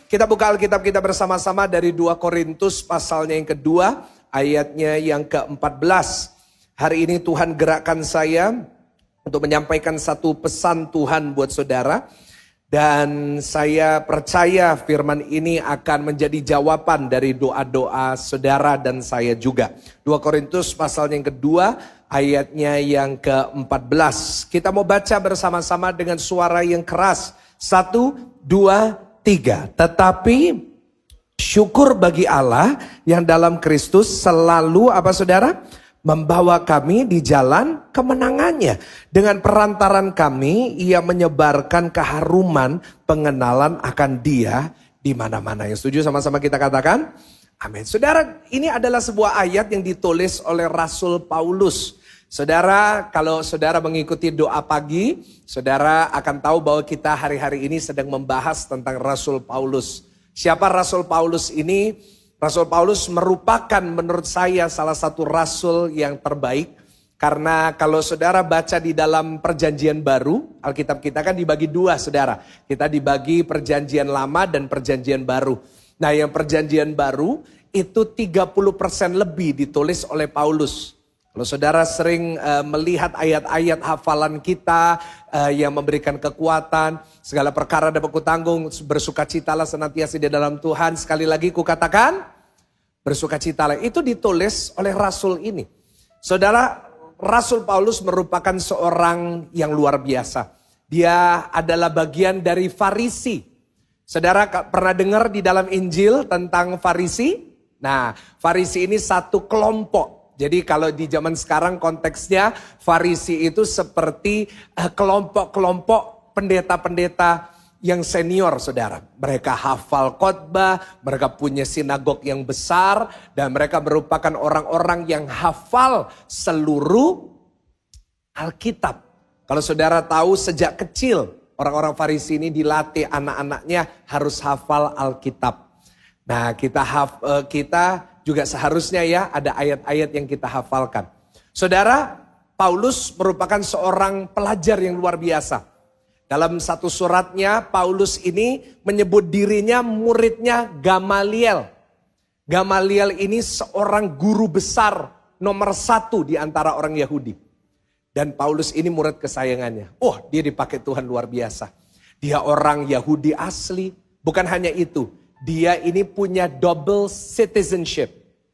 Kita buka Alkitab kita bersama-sama dari 2 Korintus pasalnya yang kedua, ayatnya yang ke-14. Hari ini Tuhan gerakkan saya untuk menyampaikan satu pesan Tuhan buat saudara. Dan saya percaya firman ini akan menjadi jawaban dari doa-doa saudara dan saya juga. 2 Korintus pasalnya yang kedua, ayatnya yang ke-14. Kita mau baca bersama-sama dengan suara yang keras. 1, 2, 3. Tetapi syukur bagi Allah yang dalam Kristus selalu apa saudara? Membawa kami di jalan kemenangannya. Dengan perantaran kami ia menyebarkan keharuman pengenalan akan dia di mana-mana. Yang setuju sama-sama kita katakan? Amin. Saudara, ini adalah sebuah ayat yang ditulis oleh Rasul Paulus. Saudara, kalau saudara mengikuti doa pagi, saudara akan tahu bahwa kita hari-hari ini sedang membahas tentang Rasul Paulus. Siapa Rasul Paulus ini? Rasul Paulus merupakan menurut saya salah satu rasul yang terbaik. Karena kalau saudara baca di dalam perjanjian baru, Alkitab kita kan dibagi dua saudara. Kita dibagi perjanjian lama dan perjanjian baru. Nah yang perjanjian baru itu 30% lebih ditulis oleh Paulus. Kalau saudara sering melihat ayat-ayat hafalan kita yang memberikan kekuatan, segala perkara dapat kutanggung, bersukacitalah senantiasa di dalam Tuhan. Sekali lagi kukatakan, bersukacitalah. Itu ditulis oleh Rasul ini. Saudara, Rasul Paulus merupakan seorang yang luar biasa. Dia adalah bagian dari Farisi. Saudara pernah dengar di dalam Injil tentang Farisi? Nah, Farisi ini satu kelompok. Jadi kalau di zaman sekarang konteksnya Farisi itu seperti kelompok-kelompok pendeta-pendeta yang senior saudara. Mereka hafal khotbah, mereka punya sinagog yang besar dan mereka merupakan orang-orang yang hafal seluruh Alkitab. Kalau saudara tahu sejak kecil orang-orang Farisi ini dilatih anak-anaknya harus hafal Alkitab. Nah kita juga seharusnya ya ada ayat-ayat yang kita hafalkan. Saudara, Paulus merupakan seorang pelajar yang luar biasa. Dalam satu suratnya, Paulus ini menyebut dirinya muridnya Gamaliel. Gamaliel ini seorang guru besar nomor 1 di antara orang Yahudi. Dan Paulus ini murid kesayangannya. Oh, dia dipakai Tuhan luar biasa. Dia orang Yahudi asli. Bukan hanya itu. Dia ini punya double citizenship.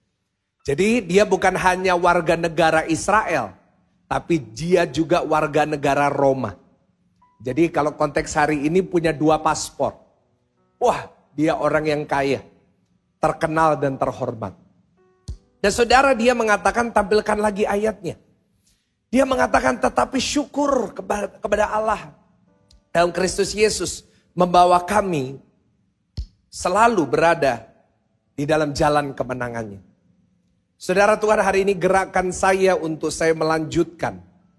Jadi dia bukan hanya warga negara Israel, tapi dia juga warga negara Roma. Jadi kalau konteks hari ini punya 2 paspor. Wah, dia orang yang kaya, terkenal dan terhormat. Dan saudara dia mengatakan, tampilkan lagi ayatnya. Dia mengatakan tetapi syukur kepada Allah dalam Kristus Yesus membawa kami selalu berada di dalam jalan kemenangannya. Saudara, Tuhan hari ini gerakkan saya untuk saya melanjutkan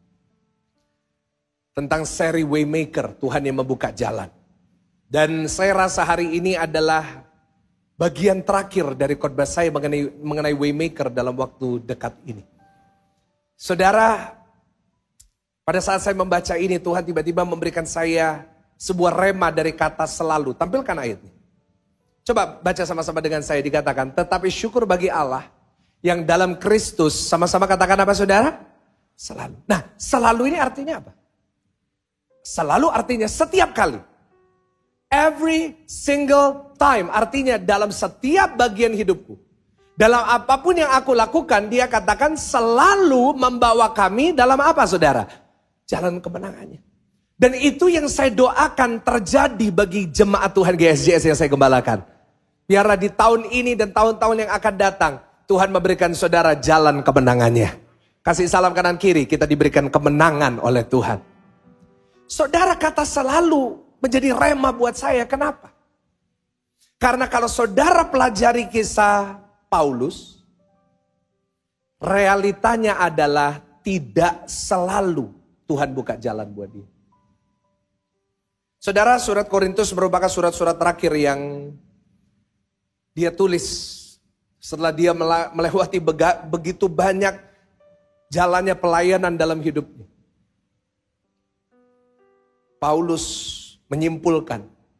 tentang seri Waymaker, Tuhan yang membuka jalan. Dan saya rasa hari ini adalah bagian terakhir dari khotbah saya mengenai Waymaker dalam waktu dekat ini. Saudara, pada saat saya membaca ini Tuhan tiba-tiba memberikan saya sebuah rema dari kata selalu. Tampilkan ayatnya. Coba baca sama-sama dengan saya, dikatakan, tetapi syukur bagi Allah yang dalam Kristus, sama-sama katakan apa saudara? Selalu. Nah, selalu ini artinya apa? Selalu artinya setiap kali. Every single time, artinya dalam setiap bagian hidupku. Dalam apapun yang aku lakukan, dia katakan selalu membawa kami dalam apa saudara? Jalan kemenangannya. Dan itu yang saya doakan terjadi bagi jemaat Tuhan GSJS yang saya gembalakan. Biarlah di tahun ini dan tahun-tahun yang akan datang, Tuhan memberikan saudara jalan kemenangannya. Kasih salam kanan kiri, kita diberikan kemenangan oleh Tuhan. Saudara, kata selalu menjadi rema buat saya, kenapa? Karena kalau saudara pelajari kisah Paulus, realitanya adalah tidak selalu Tuhan buka jalan buat dia. Saudara, surat Korintus merupakan surat-surat terakhir yang dia tulis setelah dia melewati begitu banyak jalannya pelayanan dalam hidupnya. Paulus menyimpulkan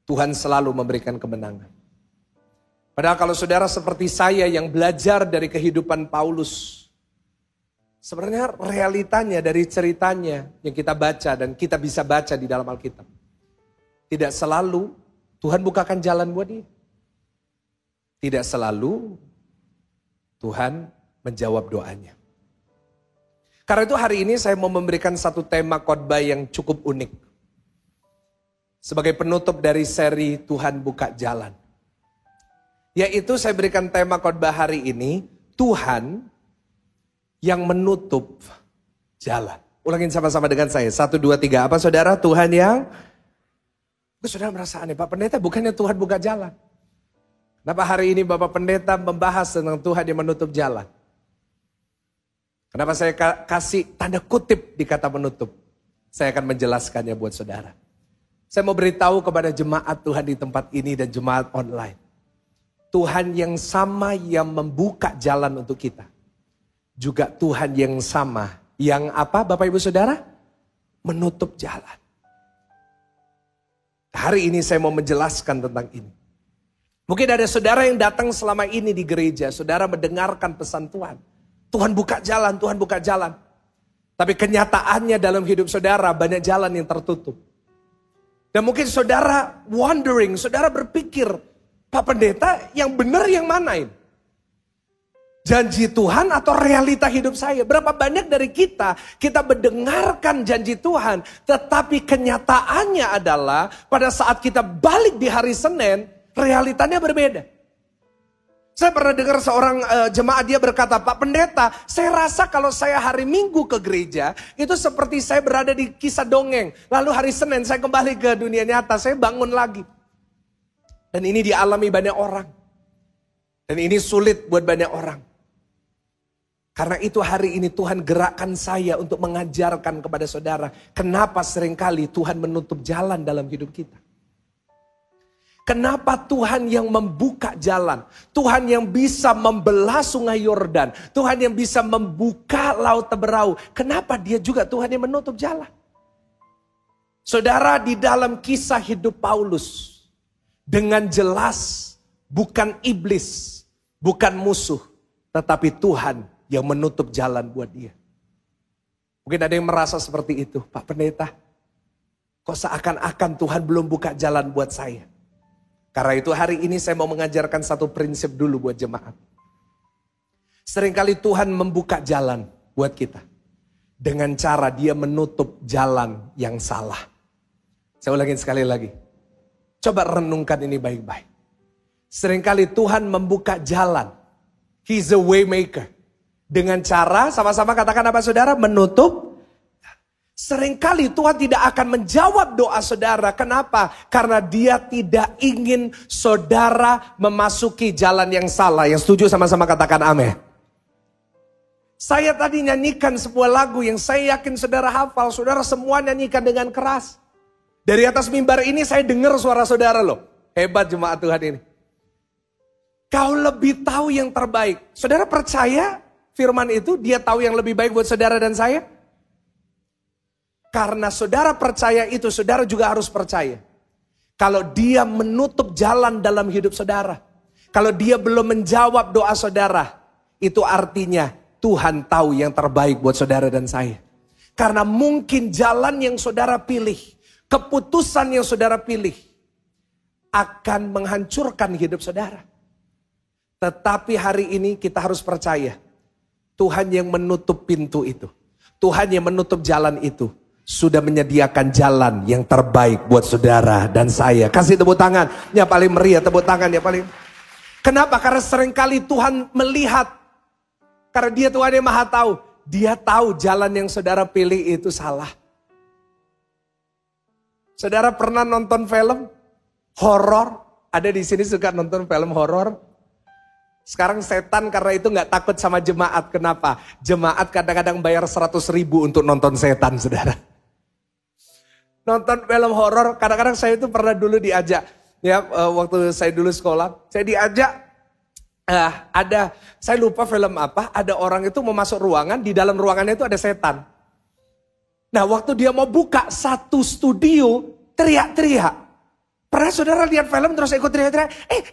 Tuhan selalu memberikan kemenangan. Padahal kalau saudara seperti saya yang belajar dari kehidupan Paulus, sebenarnya realitanya dari ceritanya yang kita baca dan kita bisa baca di dalam Alkitab, tidak selalu Tuhan bukakan jalan buat dia. Tidak selalu Tuhan menjawab doanya. Karena itu hari ini saya mau memberikan satu tema khotbah yang cukup unik. Sebagai penutup dari seri Tuhan Buka Jalan. Yaitu saya berikan tema khotbah hari ini, Tuhan yang menutup jalan. Ulangin sama-sama dengan saya, 1, 2, 3. Apa saudara? Tuhan yang... Saudara merasa aneh, Pak Pendeta bukannya Tuhan buka jalan. Kenapa hari ini Bapak Pendeta membahas tentang Tuhan yang menutup jalan? Kenapa saya kasih tanda kutip di kata menutup? Saya akan menjelaskannya buat saudara. Saya mau beritahu kepada jemaat Tuhan di tempat ini dan jemaat online. Tuhan yang sama yang membuka jalan untuk kita. Juga Tuhan yang sama yang apa Bapak Ibu Saudara? Menutup jalan. Hari ini saya mau menjelaskan tentang ini. Mungkin ada saudara yang datang selama ini di gereja. Saudara mendengarkan pesan Tuhan. Tuhan buka jalan, Tuhan buka jalan. Tapi kenyataannya dalam hidup saudara banyak jalan yang tertutup. Dan mungkin saudara wondering, saudara berpikir, Pak Pendeta yang benar yang mana ini? Janji Tuhan atau realita hidup saya? Berapa banyak dari kita mendengarkan janji Tuhan. Tetapi kenyataannya adalah pada saat kita balik di hari Senin, realitanya berbeda. Saya pernah dengar seorang jemaat dia berkata, Pak Pendeta, saya rasa kalau saya hari Minggu ke gereja, itu seperti saya berada di kisah dongeng. Lalu hari Senin saya kembali ke dunia nyata, saya bangun lagi. Dan ini dialami banyak orang. Dan ini sulit buat banyak orang. Karena itu hari ini Tuhan gerakkan saya untuk mengajarkan kepada saudara. Kenapa seringkali Tuhan menutup jalan dalam hidup kita. Kenapa Tuhan yang membuka jalan. Tuhan yang bisa membelah sungai Yordan. Tuhan yang bisa membuka laut Teberau. Kenapa dia juga Tuhan yang menutup jalan. Saudara, di dalam kisah hidup Paulus. Dengan jelas bukan iblis, bukan musuh, tetapi Tuhan yang menutup jalan buat dia. Mungkin ada yang merasa seperti itu, Pak Pendeta. Kok seakan-akan Tuhan belum buka jalan buat saya. Karena itu hari ini saya mau mengajarkan satu prinsip dulu buat jemaat. Seringkali Tuhan membuka jalan buat kita. Dengan cara dia menutup jalan yang salah. Saya ulangin sekali lagi. Coba renungkan ini baik-baik. Seringkali Tuhan membuka jalan. He's a way maker. Dengan cara, sama-sama katakan apa saudara? Menutup. Seringkali Tuhan tidak akan menjawab doa saudara. Kenapa? Karena dia tidak ingin saudara memasuki jalan yang salah. Yang setuju sama-sama katakan amin. Saya tadi nyanyikan sebuah lagu yang saya yakin saudara hafal. Saudara semua nyanyikan dengan keras. Dari atas mimbar ini saya dengar suara saudara loh. Hebat jemaat Tuhan ini. Kau lebih tahu yang terbaik. Saudara percaya firman itu dia tahu yang lebih baik buat saudara dan saya? Karena saudara percaya itu, saudara juga harus percaya. Kalau dia menutup jalan dalam hidup saudara. Kalau dia belum menjawab doa saudara. Itu artinya Tuhan tahu yang terbaik buat saudara dan saya. Karena mungkin jalan yang saudara pilih. Keputusan yang saudara pilih akan menghancurkan hidup saudara. Tetapi hari ini kita harus percaya. Tuhan yang menutup pintu itu. Tuhan yang menutup jalan itu. Sudah menyediakan jalan yang terbaik buat saudara dan saya. Kasih tepuk tangan. Yang paling meriah tepuk tangan. Yang paling. Kenapa? Karena seringkali Tuhan melihat. Karena dia Tuhan yang maha tahu. Dia tahu jalan yang saudara pilih itu salah. Saudara pernah nonton film horor? Ada di sini suka nonton film horor? Sekarang setan karena itu nggak takut sama jemaat. Kenapa? Jemaat kadang-kadang bayar 100.000 untuk nonton setan, saudara. Nonton film horor, kadang-kadang saya itu pernah dulu diajak. Ya, waktu saya dulu sekolah, saya diajak. Saya lupa film apa. Ada orang itu mau masuk ruangan, di dalam ruangannya itu ada setan. Nah waktu dia mau buka satu studio, teriak-teriak. Pernah saudara lihat film terus ikut teriak-teriak,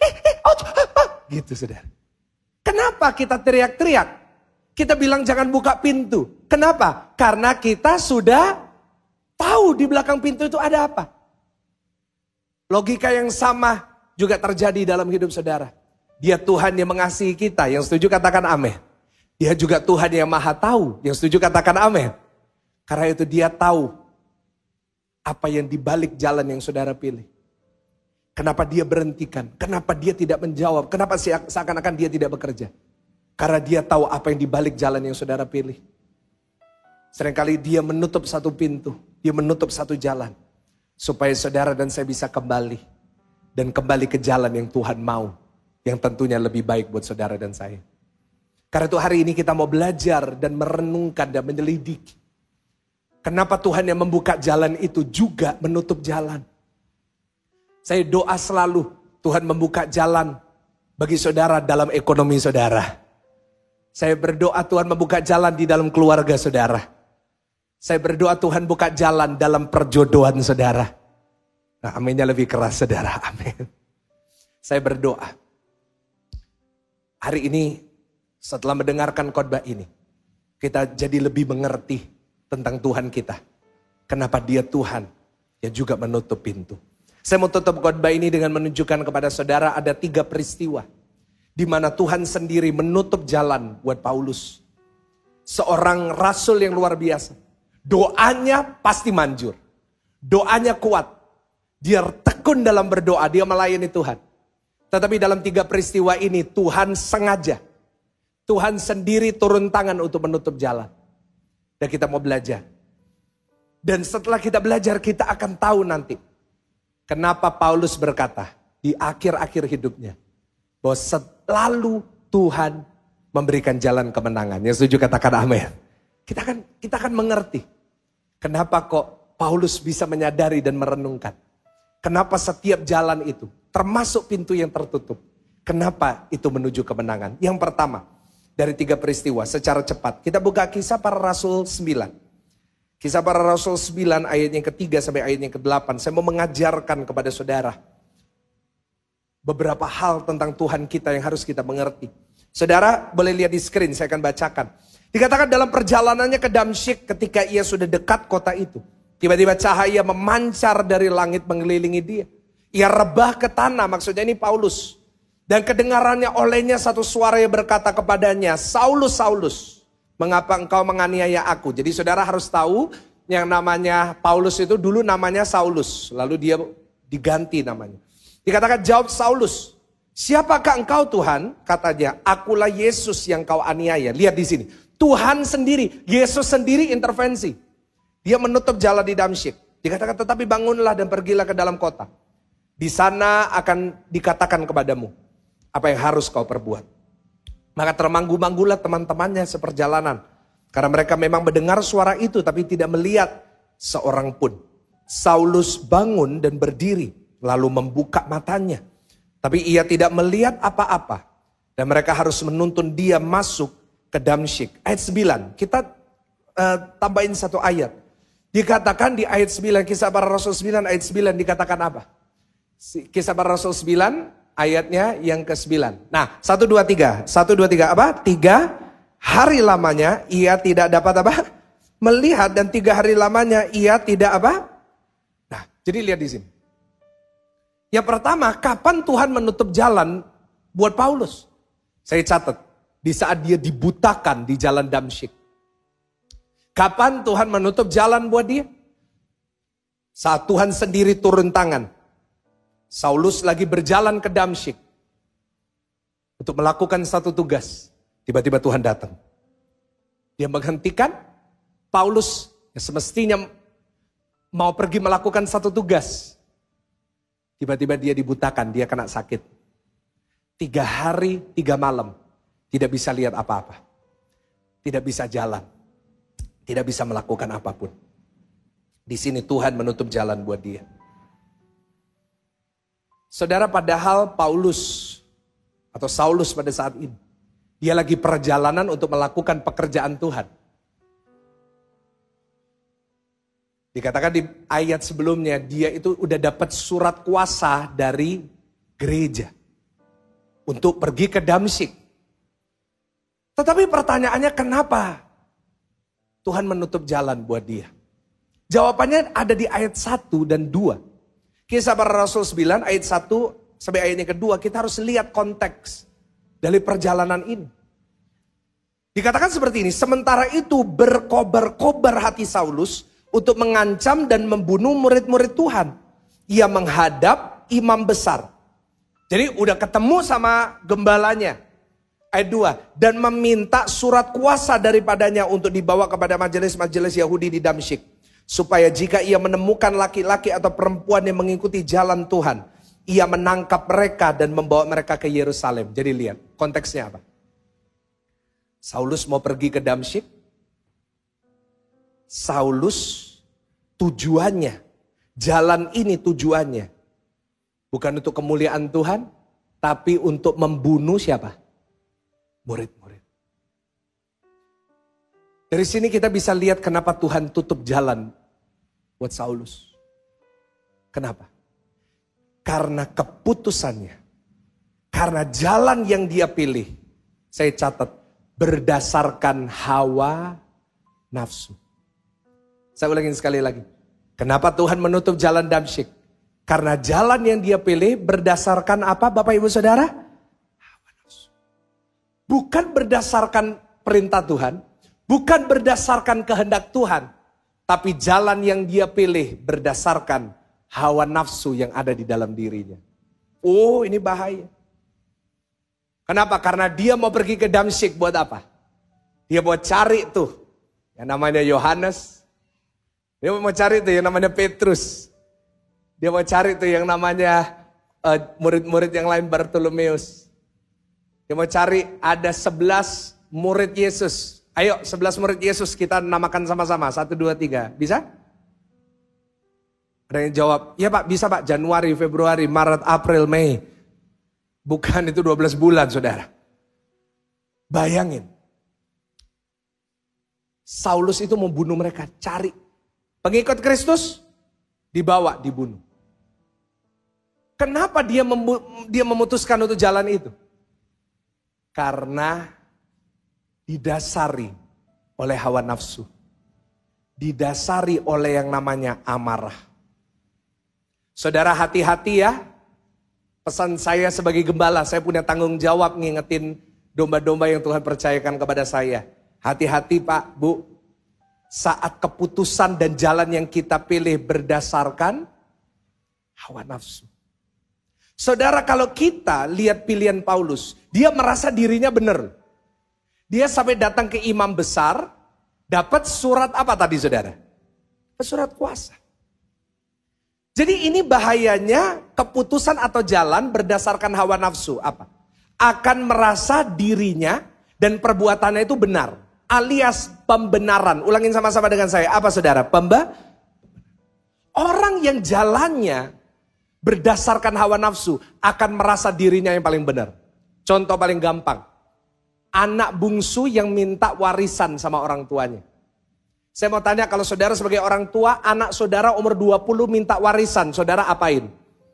gitu saudara. Kenapa kita teriak-teriak? Kita bilang jangan buka pintu. Kenapa? Karena kita sudah tahu di belakang pintu itu ada apa. Logika yang sama juga terjadi dalam hidup saudara. Dia Tuhan yang mengasihi kita, yang setuju katakan amin. Dia juga Tuhan yang maha tahu, yang setuju katakan amin. Karena itu dia tahu apa yang dibalik jalan yang saudara pilih. Kenapa dia berhentikan? Kenapa dia tidak menjawab? Kenapa seakan-akan dia tidak bekerja? Karena dia tahu apa yang dibalik jalan yang saudara pilih. Seringkali dia menutup satu pintu, dia menutup satu jalan. Supaya saudara dan saya bisa kembali. Dan kembali ke jalan yang Tuhan mau. Yang tentunya lebih baik buat saudara dan saya. Karena itu hari ini kita mau belajar dan merenungkan dan menyelidiki. Kenapa Tuhan yang membuka jalan itu juga menutup jalan. Saya doa selalu Tuhan membuka jalan bagi saudara dalam ekonomi saudara. Saya berdoa Tuhan membuka jalan di dalam keluarga saudara. Saya berdoa Tuhan buka jalan dalam perjodohan saudara. Nah, aminnya lebih keras saudara, amin. Saya berdoa. Hari ini setelah mendengarkan khotbah ini, kita jadi lebih mengerti tentang Tuhan kita. Kenapa dia Tuhan yang juga menutup pintu. Saya mau tutup khotbah ini dengan menunjukkan kepada saudara ada 3 peristiwa. Di mana Tuhan sendiri menutup jalan buat Paulus. Seorang rasul yang luar biasa. Doanya pasti manjur. Doanya kuat. Dia tekun dalam berdoa, dia melayani Tuhan. Tetapi dalam 3 peristiwa ini Tuhan sengaja. Tuhan sendiri turun tangan untuk menutup jalan. Dan kita mau belajar. Dan setelah kita belajar kita akan tahu nanti. Kenapa Paulus berkata di akhir-akhir hidupnya. Bahwa selalu Tuhan memberikan jalan kemenangan. Yang setuju katakan amin. Kita akan mengerti. Kenapa kok Paulus bisa menyadari dan merenungkan. Kenapa setiap jalan itu. Termasuk pintu yang tertutup. Kenapa itu menuju kemenangan. Yang pertama. Dari 3 peristiwa secara cepat. Kita buka Kisah Para Rasul 9. Kisah Para Rasul 9 ayat yang ke-3 sampai ayat yang ke-8. Saya mau mengajarkan kepada saudara. Beberapa hal tentang Tuhan kita yang harus kita mengerti. Saudara boleh lihat di screen, saya akan bacakan. Dikatakan dalam perjalanannya ke Damsyik ketika ia sudah dekat kota itu. Tiba-tiba cahaya memancar dari langit mengelilingi dia. Ia rebah ke tanah, maksudnya ini Paulus. Dan kedengarannya olehnya satu suara yang berkata kepadanya, Saulus, Saulus, mengapa engkau menganiaya aku? Jadi saudara harus tahu yang namanya Paulus itu dulu namanya Saulus. Lalu dia diganti namanya. Dikatakan jawab Saulus, siapakah engkau Tuhan? Katanya, akulah Yesus yang kau aniaya. Lihat di sini, Tuhan sendiri, Yesus sendiri intervensi. Dia menutup jalan di Damsyik. Dikatakan tetapi bangunlah dan pergilah ke dalam kota. Di sana akan dikatakan kepadamu apa yang harus kau perbuat. Maka termanggu-manggulah teman-temannya seperjalanan. Karena mereka memang mendengar suara itu tapi tidak melihat seorang pun. Saulus bangun dan berdiri lalu membuka matanya. Tapi ia tidak melihat apa-apa. Dan mereka harus menuntun dia masuk ke Damsyik. Ayat 9, kita tambahin satu ayat. Dikatakan di ayat 9, Kisah Para Rasul 9 ayat 9 dikatakan apa? Kisah Para Rasul 9 ayatnya yang ke-9. Nah, 1, 2, 3. 1, 2, 3 apa? 3 hari lamanya ia tidak dapat apa? Melihat dan 3 hari lamanya ia tidak apa? Nah, jadi lihat di sini. Yang pertama, kapan Tuhan menutup jalan buat Paulus? Saya catat, di saat dia dibutakan di jalan Damsyik. Kapan Tuhan menutup jalan buat dia? Saat Tuhan sendiri turun tangan. Saulus lagi berjalan ke Damsyik untuk melakukan satu tugas. Tiba-tiba Tuhan datang. Dia menghentikan Paulus yang semestinya mau pergi melakukan satu tugas. Tiba-tiba dia dibutakan, dia kena sakit. 3 hari, 3 malam. Tidak bisa lihat apa-apa. Tidak bisa jalan. Tidak bisa melakukan apapun. Di sini Tuhan menutup jalan buat dia. Saudara, padahal Paulus atau Saulus pada saat ini, dia lagi perjalanan untuk melakukan pekerjaan Tuhan. Dikatakan di ayat sebelumnya, dia itu udah dapat surat kuasa dari gereja untuk pergi ke Damsyik. Tetapi pertanyaannya, kenapa Tuhan menutup jalan buat dia? Jawabannya ada di ayat 1 dan 2. Kisah Para Rasul 9 ayat 1 sampai ayatnya kedua, kita harus lihat konteks dari perjalanan ini. Dikatakan seperti ini, sementara itu berkobar-kobar hati Saulus untuk mengancam dan membunuh murid-murid Tuhan. Ia menghadap imam besar. Jadi udah ketemu sama gembalanya. Ayat 2, dan meminta surat kuasa daripadanya untuk dibawa kepada majelis-majelis Yahudi di Damsyik. Supaya jika ia menemukan laki-laki atau perempuan yang mengikuti jalan Tuhan, ia menangkap mereka dan membawa mereka ke Yerusalem. Jadi lihat konteksnya apa. Saulus mau pergi ke Damsyik. Saulus tujuannya, jalan ini tujuannya bukan untuk kemuliaan Tuhan, tapi untuk membunuh siapa? Murid-murid. Dari sini kita bisa lihat kenapa Tuhan tutup jalan buat Saulus. Kenapa? Karena keputusannya. Karena jalan yang dia pilih. Saya catat. Berdasarkan hawa nafsu. Saya ulangin sekali lagi. Kenapa Tuhan menutup jalan Damsyik? Karena jalan yang dia pilih berdasarkan apa Bapak Ibu Saudara? Hawa nafsu. Bukan berdasarkan perintah Tuhan. Bukan berdasarkan kehendak Tuhan. Tapi jalan yang dia pilih berdasarkan hawa nafsu yang ada di dalam dirinya. Oh, ini bahaya. Kenapa? Karena dia mau pergi ke Damsyik buat apa? Dia mau cari tuh yang namanya Yohanes. Dia mau cari tuh yang namanya Petrus. Dia mau cari tuh yang namanya murid-murid yang lain, Bartolomeus. Dia mau cari ada 11 murid Yesus. Ayo 11 murid Yesus kita namakan sama-sama. 1, 2, 3. Bisa? Ada yang jawab, ya Pak bisa Pak. Januari, Februari, Maret, April, Mei. Bukan, itu 12 bulan saudara. Bayangin. Saulus itu membunuh mereka. Cari pengikut Kristus. Dibawa, dibunuh. Kenapa dia memutuskan untuk jalan itu? Karena didasari oleh hawa nafsu. Didasari oleh yang namanya amarah. Saudara hati-hati ya. Pesan saya sebagai gembala, saya punya tanggung jawab ngingetin domba-domba yang Tuhan percayakan kepada saya. Hati-hati Pak, Bu. Saat keputusan dan jalan yang kita pilih berdasarkan hawa nafsu. Saudara, kalau kita lihat pilihan Paulus, dia merasa dirinya benar. Dia sampai datang ke imam besar, dapat surat apa tadi saudara? Surat kuasa. Jadi ini bahayanya keputusan atau jalan berdasarkan hawa nafsu. Apa? Akan merasa dirinya dan perbuatannya itu benar. Alias pembenaran. Ulangin sama-sama dengan saya. Apa saudara? Orang yang jalannya berdasarkan hawa nafsu akan merasa dirinya yang paling benar. Contoh paling gampang. Anak bungsu yang minta warisan sama orang tuanya. Saya mau tanya, kalau saudara sebagai orang tua, anak saudara umur 20 minta warisan, saudara apain?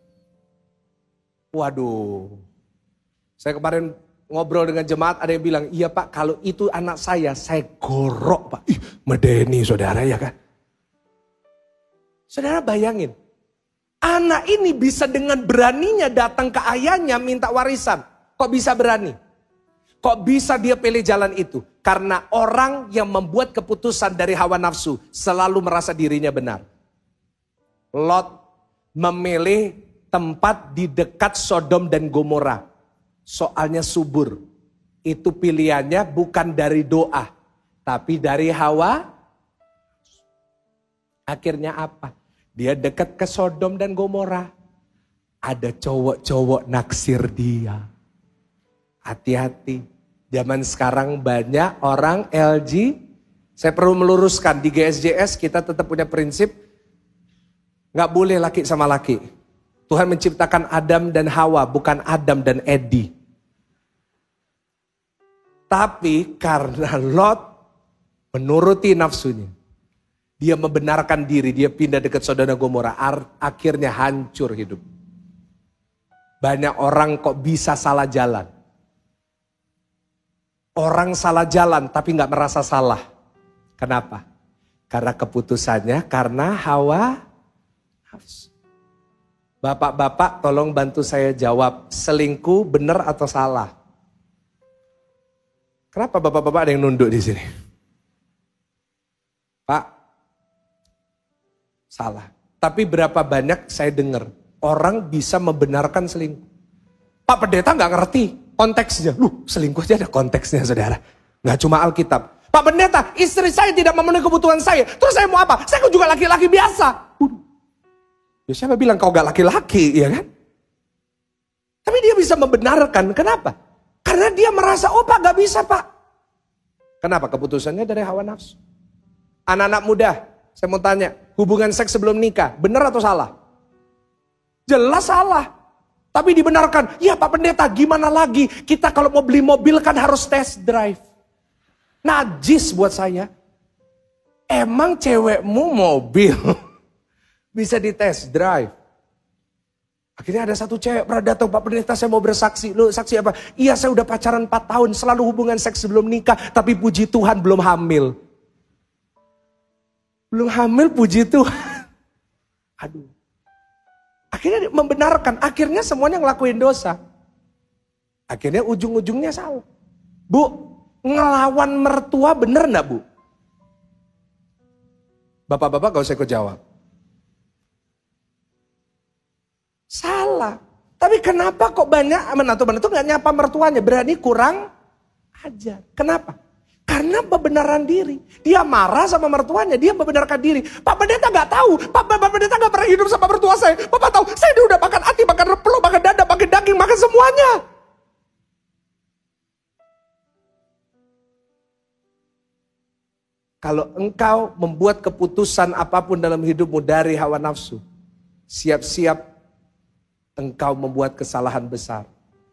Waduh. Saya kemarin ngobrol dengan jemaat, ada yang bilang, iya Pak, kalau itu anak saya gorok Pak. Ih, medeni saudara ya kan? Saudara bayangin, anak ini bisa dengan beraninya datang ke ayahnya minta warisan. Kok bisa berani? Kok bisa dia pilih jalan itu? Karena orang yang membuat keputusan dari hawa nafsu selalu merasa dirinya benar. Lot memilih tempat di dekat Sodom dan Gomora. Soalnya subur. Itu pilihannya bukan dari doa, tapi dari hawa. Akhirnya apa? Dia dekat ke Sodom dan Gomora. Ada cowok-cowok naksir dia. Hati-hati. Zaman sekarang banyak orang LG. Saya perlu meluruskan, di GSJS kita tetap punya prinsip. Gak boleh laki sama laki. Tuhan menciptakan Adam dan Hawa, bukan Adam dan Edi. Tapi karena Lot menuruti nafsunya. Dia membenarkan diri, dia pindah dekat Sodom Gomora. Akhirnya hancur hidup. Banyak orang kok bisa salah jalan. Orang salah jalan tapi gak merasa salah. Kenapa? Karena keputusannya, karena hawa nafsu. Bapak-bapak tolong bantu saya jawab, selingkuh benar atau salah? Kenapa bapak-bapak ada yang nunduk di sini? Pak, salah. Tapi berapa banyak saya dengar orang bisa membenarkan selingkuh. Pak Pendeta gak ngerti konteksnya. Selingkuh aja ada konteksnya saudara. Gak cuma Alkitab. Pak Pendeta, istri saya tidak memenuhi kebutuhan saya. Terus saya mau apa? Saya juga laki-laki biasa. Ya siapa bilang kau gak laki-laki, ya kan? Tapi dia bisa membenarkan. Kenapa? Karena dia merasa, oh Pak gak bisa Pak. Kenapa? Keputusannya dari hawa nafsu. Anak-anak muda, saya mau tanya, hubungan seks sebelum nikah, benar atau salah? Jelas salah. Tapi dibenarkan, ya Pak Pendeta gimana lagi? Kita kalau mau beli mobil kan harus test drive. Najis buat saya. Emang cewekmu mobil bisa di test drive? Akhirnya ada satu cewek pernah datang, Pak Pendeta saya mau bersaksi. Lu saksi apa? Iya saya udah pacaran 4 tahun, selalu hubungan seks sebelum nikah. Tapi puji Tuhan belum hamil. Belum hamil puji Tuhan. Aduh. Akhirnya membenarkan, akhirnya semuanya ngelakuin dosa. Akhirnya ujung-ujungnya salah. Bu, ngelawan mertua bener gak Bu? Bapak-bapak gak usah ikut jawab. Salah. Tapi kenapa kok banyak menantu-menantu gak nyapa mertuanya? Berani kurang ajar. Kenapa? Karena pembenaran diri. Dia marah sama mertuanya, dia membenarkan diri. Pak Pendeta gak tahu, Pak Pendeta gak pernah hidup sama mertua saya. Bapak tahu, saya udah makan hati, makan repelo, makan dada, makan daging, makan semuanya. Kalau engkau membuat keputusan apapun dalam hidupmu dari hawa nafsu, siap-siap engkau membuat kesalahan besar.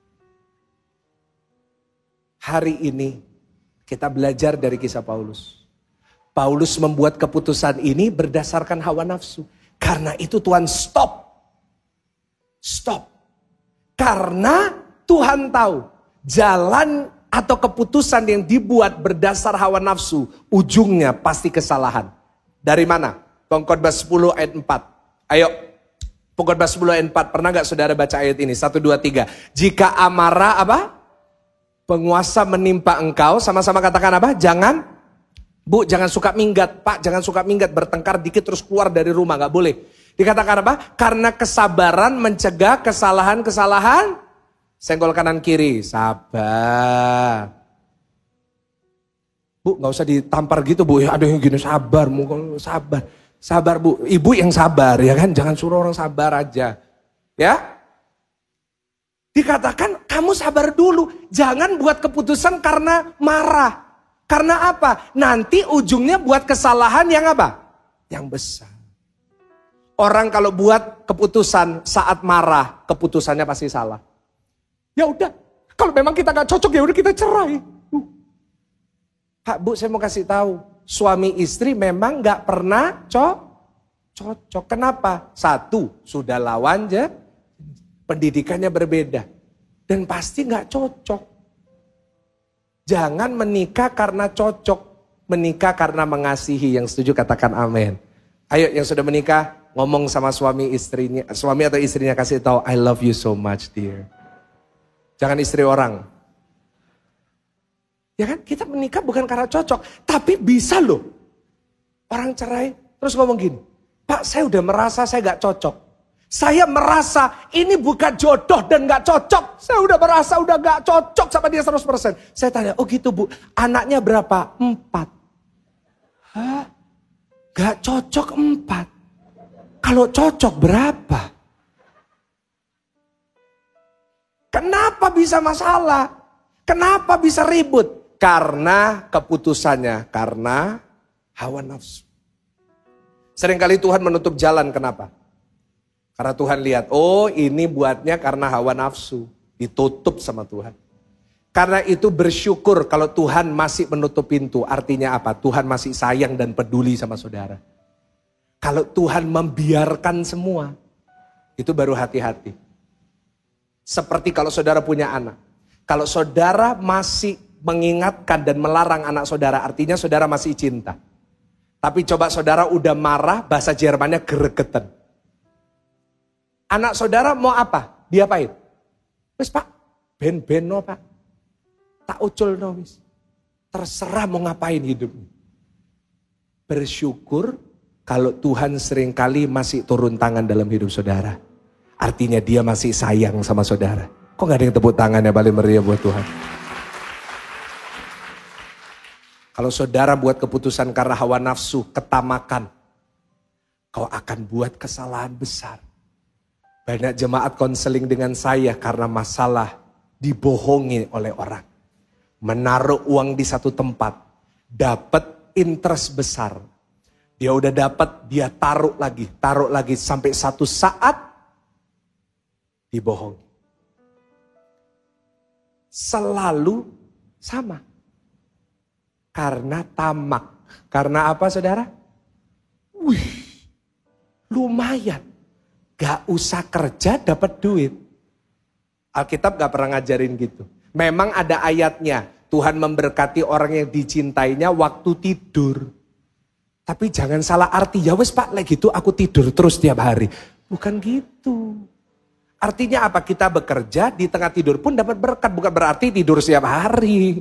Hari ini kita belajar dari kisah Paulus. Paulus membuat keputusan ini berdasarkan hawa nafsu. Karena itu Tuhan stop. Stop. Karena Tuhan tahu jalan atau keputusan yang dibuat berdasar hawa nafsu, ujungnya pasti kesalahan. Dari mana? Pengkhotbah 10 ayat 4. Ayo. Pengkhotbah 10 ayat 4. Pernah gak saudara baca ayat ini? 1, 2, 3. Jika amarah apa? Penguasa menimpa engkau, sama-sama katakan apa? Jangan, Bu, jangan suka minggat. Pak, jangan suka minggat, bertengkar dikit terus keluar dari rumah, gak boleh. Dikatakan apa? Karena kesabaran mencegah kesalahan-kesalahan. Senggol kanan kiri, sabar. Bu, gak usah ditampar gitu Bu, ya ada yang gini sabar, sabar. Sabar Bu, ibu yang sabar ya kan, jangan suruh orang sabar aja. Ya. Dikatakan kamu sabar dulu, jangan buat keputusan karena marah. Karena apa? Nanti ujungnya buat kesalahan yang apa? Yang besar. Orang kalau buat keputusan saat marah, keputusannya pasti salah. Ya udah, kalau memang kita gak cocok ya udah kita cerai. Kak Bu, saya mau kasih tahu, suami istri memang gak pernah cocok. Kenapa? Satu, sudah lawan aja. Pendidikannya berbeda. Dan pasti gak cocok. Jangan menikah karena cocok. Menikah karena mengasihi. Yang setuju katakan amin. Ayo yang sudah menikah, ngomong sama suami atau istrinya kasih tahu, I love you so much dear. Jangan istri orang. Ya kan, kita menikah bukan karena cocok. Tapi bisa loh. Orang cerai, terus ngomong gini, Pak saya udah merasa saya gak cocok. Saya merasa ini bukan jodoh dan gak cocok. Saya udah merasa udah gak cocok sama dia 100%. Saya tanya, oh gitu Bu, anaknya berapa? 4. Hah? Gak cocok 4. Kalau cocok berapa? Kenapa bisa masalah? Kenapa bisa ribut? Karena keputusannya, karena hawa nafsu. Seringkali Tuhan menutup jalan, kenapa? Karena Tuhan lihat, oh ini buatnya karena hawa nafsu. Ditutup sama Tuhan. Karena itu bersyukur kalau Tuhan masih menutup pintu. Artinya apa? Tuhan masih sayang dan peduli sama saudara. Kalau Tuhan membiarkan semua, itu baru hati-hati. Seperti kalau saudara punya anak. Kalau saudara masih mengingatkan dan melarang anak saudara, artinya saudara masih cinta. Tapi coba saudara udah marah, bahasa Jermannya gregetan. Anak saudara mau apa? Diapain? Wis pak, ben-ben no pak. Tak ucul no wis. Terserah mau ngapain hidupnya. Bersyukur kalau Tuhan seringkali masih turun tangan dalam hidup saudara. Artinya dia masih sayang sama saudara. Kok gak ada yang tepuk tangannya paling meriah buat Tuhan? Kalau saudara buat keputusan karena hawa nafsu, ketamakan, kau akan buat kesalahan besar. Banyak jemaat konseling dengan saya karena masalah dibohongi oleh orang. Menaruh uang di satu tempat, dapat interest besar. Dia udah dapat, dia taruh lagi sampai satu saat dibohongi. Selalu sama. Karena tamak. Karena apa saudara? Wih, lumayan. Gak usah kerja dapat duit. Alkitab gak pernah ngajarin gitu. Memang ada ayatnya. Tuhan memberkati orang yang dicintainya waktu tidur. Tapi jangan salah arti. Ya wes pak, like gitu aku tidur terus tiap hari. Bukan gitu. Artinya apa? Kita bekerja di tengah tidur pun dapat berkat. Bukan berarti tidur setiap hari.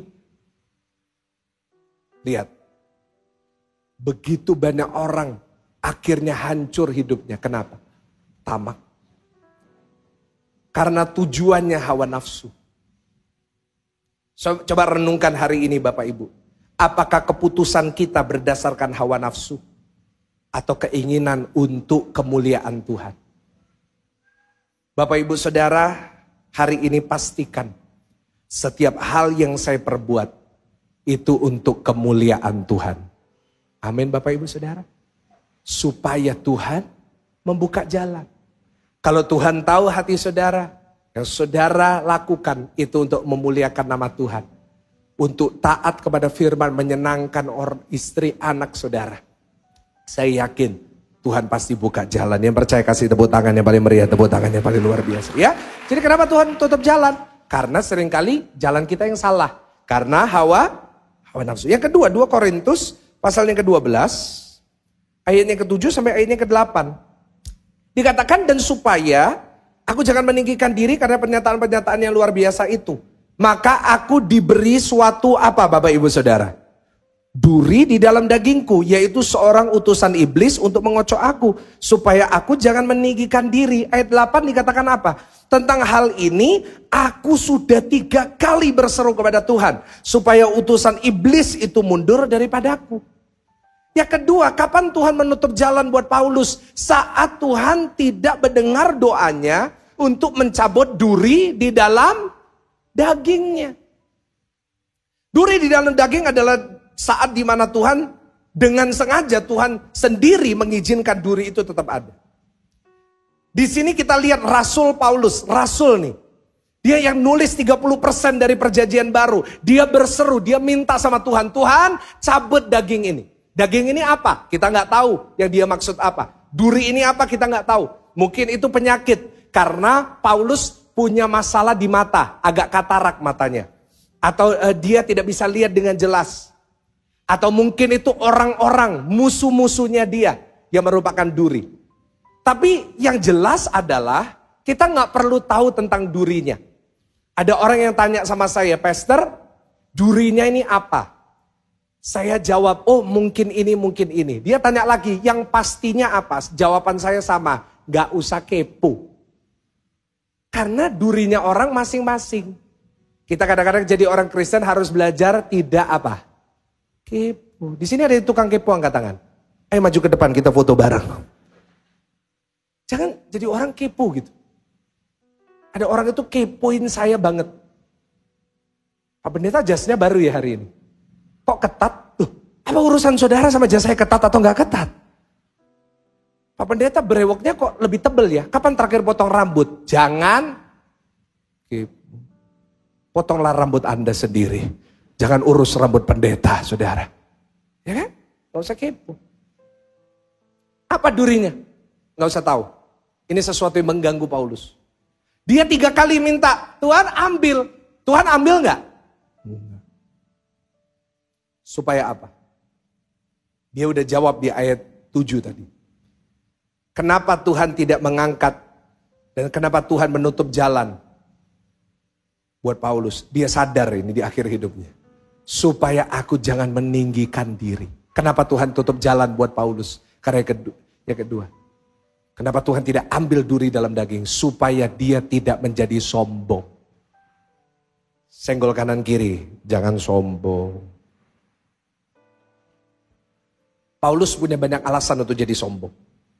Lihat. Begitu banyak orang akhirnya hancur hidupnya. Kenapa? Tamak. Karena tujuannya hawa nafsu. Coba renungkan hari ini Bapak Ibu. Apakah keputusan kita berdasarkan hawa nafsu? Atau keinginan untuk kemuliaan Tuhan? Bapak Ibu Saudara, hari ini pastikan setiap hal yang saya perbuat itu untuk kemuliaan Tuhan. Amin Bapak Ibu Saudara. Supaya Tuhan membuka jalan. Kalau Tuhan tahu hati saudara, yang saudara lakukan itu untuk memuliakan nama Tuhan. Untuk taat kepada firman, menyenangkan orang, istri, anak saudara. Saya yakin Tuhan pasti buka jalan. Yang percaya kasih tepuk tangan yang paling meriah, tepuk tangan yang paling luar biasa. Ya, jadi kenapa Tuhan tutup jalan? Karena seringkali jalan kita yang salah. Karena hawa nafsu. Yang kedua, 2 Korintus pasal yang ke-12, ayat yang ke-7 sampai ayat yang ke-8. Dikatakan dan supaya aku jangan meninggikan diri karena pernyataan-pernyataan yang luar biasa itu. Maka aku diberi suatu apa Bapak Ibu Saudara? Duri di dalam dagingku, yaitu seorang utusan iblis untuk mengocok aku. Supaya aku jangan meninggikan diri. Ayat 8 dikatakan apa? Tentang hal ini aku sudah 3 kali berseru kepada Tuhan. Supaya utusan iblis itu mundur daripadaku. Yang kedua, kapan Tuhan menutup jalan buat Paulus? Saat Tuhan tidak mendengar doanya untuk mencabut duri di dalam dagingnya. Duri di dalam daging adalah saat dimana Tuhan dengan sengaja Tuhan sendiri mengizinkan duri itu tetap ada. Di sini kita lihat Rasul Paulus, Rasul nih. Dia yang nulis 30% dari perjanjian baru. Dia berseru, dia minta sama Tuhan, Tuhan cabut daging ini. Daging ini apa? Kita nggak tahu yang dia maksud apa. Duri ini apa? Kita nggak tahu. Mungkin itu penyakit. Karena Paulus punya masalah di mata. Agak katarak matanya. Atau dia tidak bisa lihat dengan jelas. Atau mungkin itu orang-orang musuh-musuhnya dia. Yang merupakan duri. Tapi yang jelas adalah kita nggak perlu tahu tentang durinya. Ada orang yang tanya sama saya, Pastor, durinya ini apa? Saya jawab, oh mungkin ini, mungkin ini. Dia tanya lagi, yang pastinya apa? Jawaban saya sama, gak usah kepo. Karena durinya orang masing-masing. Kita kadang-kadang jadi orang Kristen harus belajar tidak apa? Kepo. Di sini ada tukang kepo, angkat tangan. Ayo maju ke depan, kita foto bareng. Jangan jadi orang kepo gitu. Ada orang itu kepoin saya banget. Pak Pendeta jasnya baru ya hari ini. Kok ketat? Loh, apa urusan saudara sama jas saya ketat atau enggak ketat? Pak Pendeta brewoknya kok lebih tebel ya? Kapan terakhir potong rambut? Jangan. Potonglah rambut Anda sendiri. Jangan urus rambut pendeta, saudara. Ya kan? Gak usah kepo. Apa durinya? Nggak usah tahu. Ini sesuatu yang mengganggu Paulus. Dia 3 kali minta, Tuhan ambil. Tuhan ambil nggak? Supaya apa? Dia udah jawab di ayat 7 tadi. Kenapa Tuhan tidak mengangkat dan kenapa Tuhan menutup jalan buat Paulus? Dia sadar ini di akhir hidupnya. Supaya aku jangan meninggikan diri. Kenapa Tuhan tutup jalan buat Paulus? Karena yang kedua. Kenapa Tuhan tidak ambil duri dalam daging? Supaya dia tidak menjadi sombong. Senggol kanan kiri, jangan sombong. Paulus punya banyak alasan untuk jadi sombong.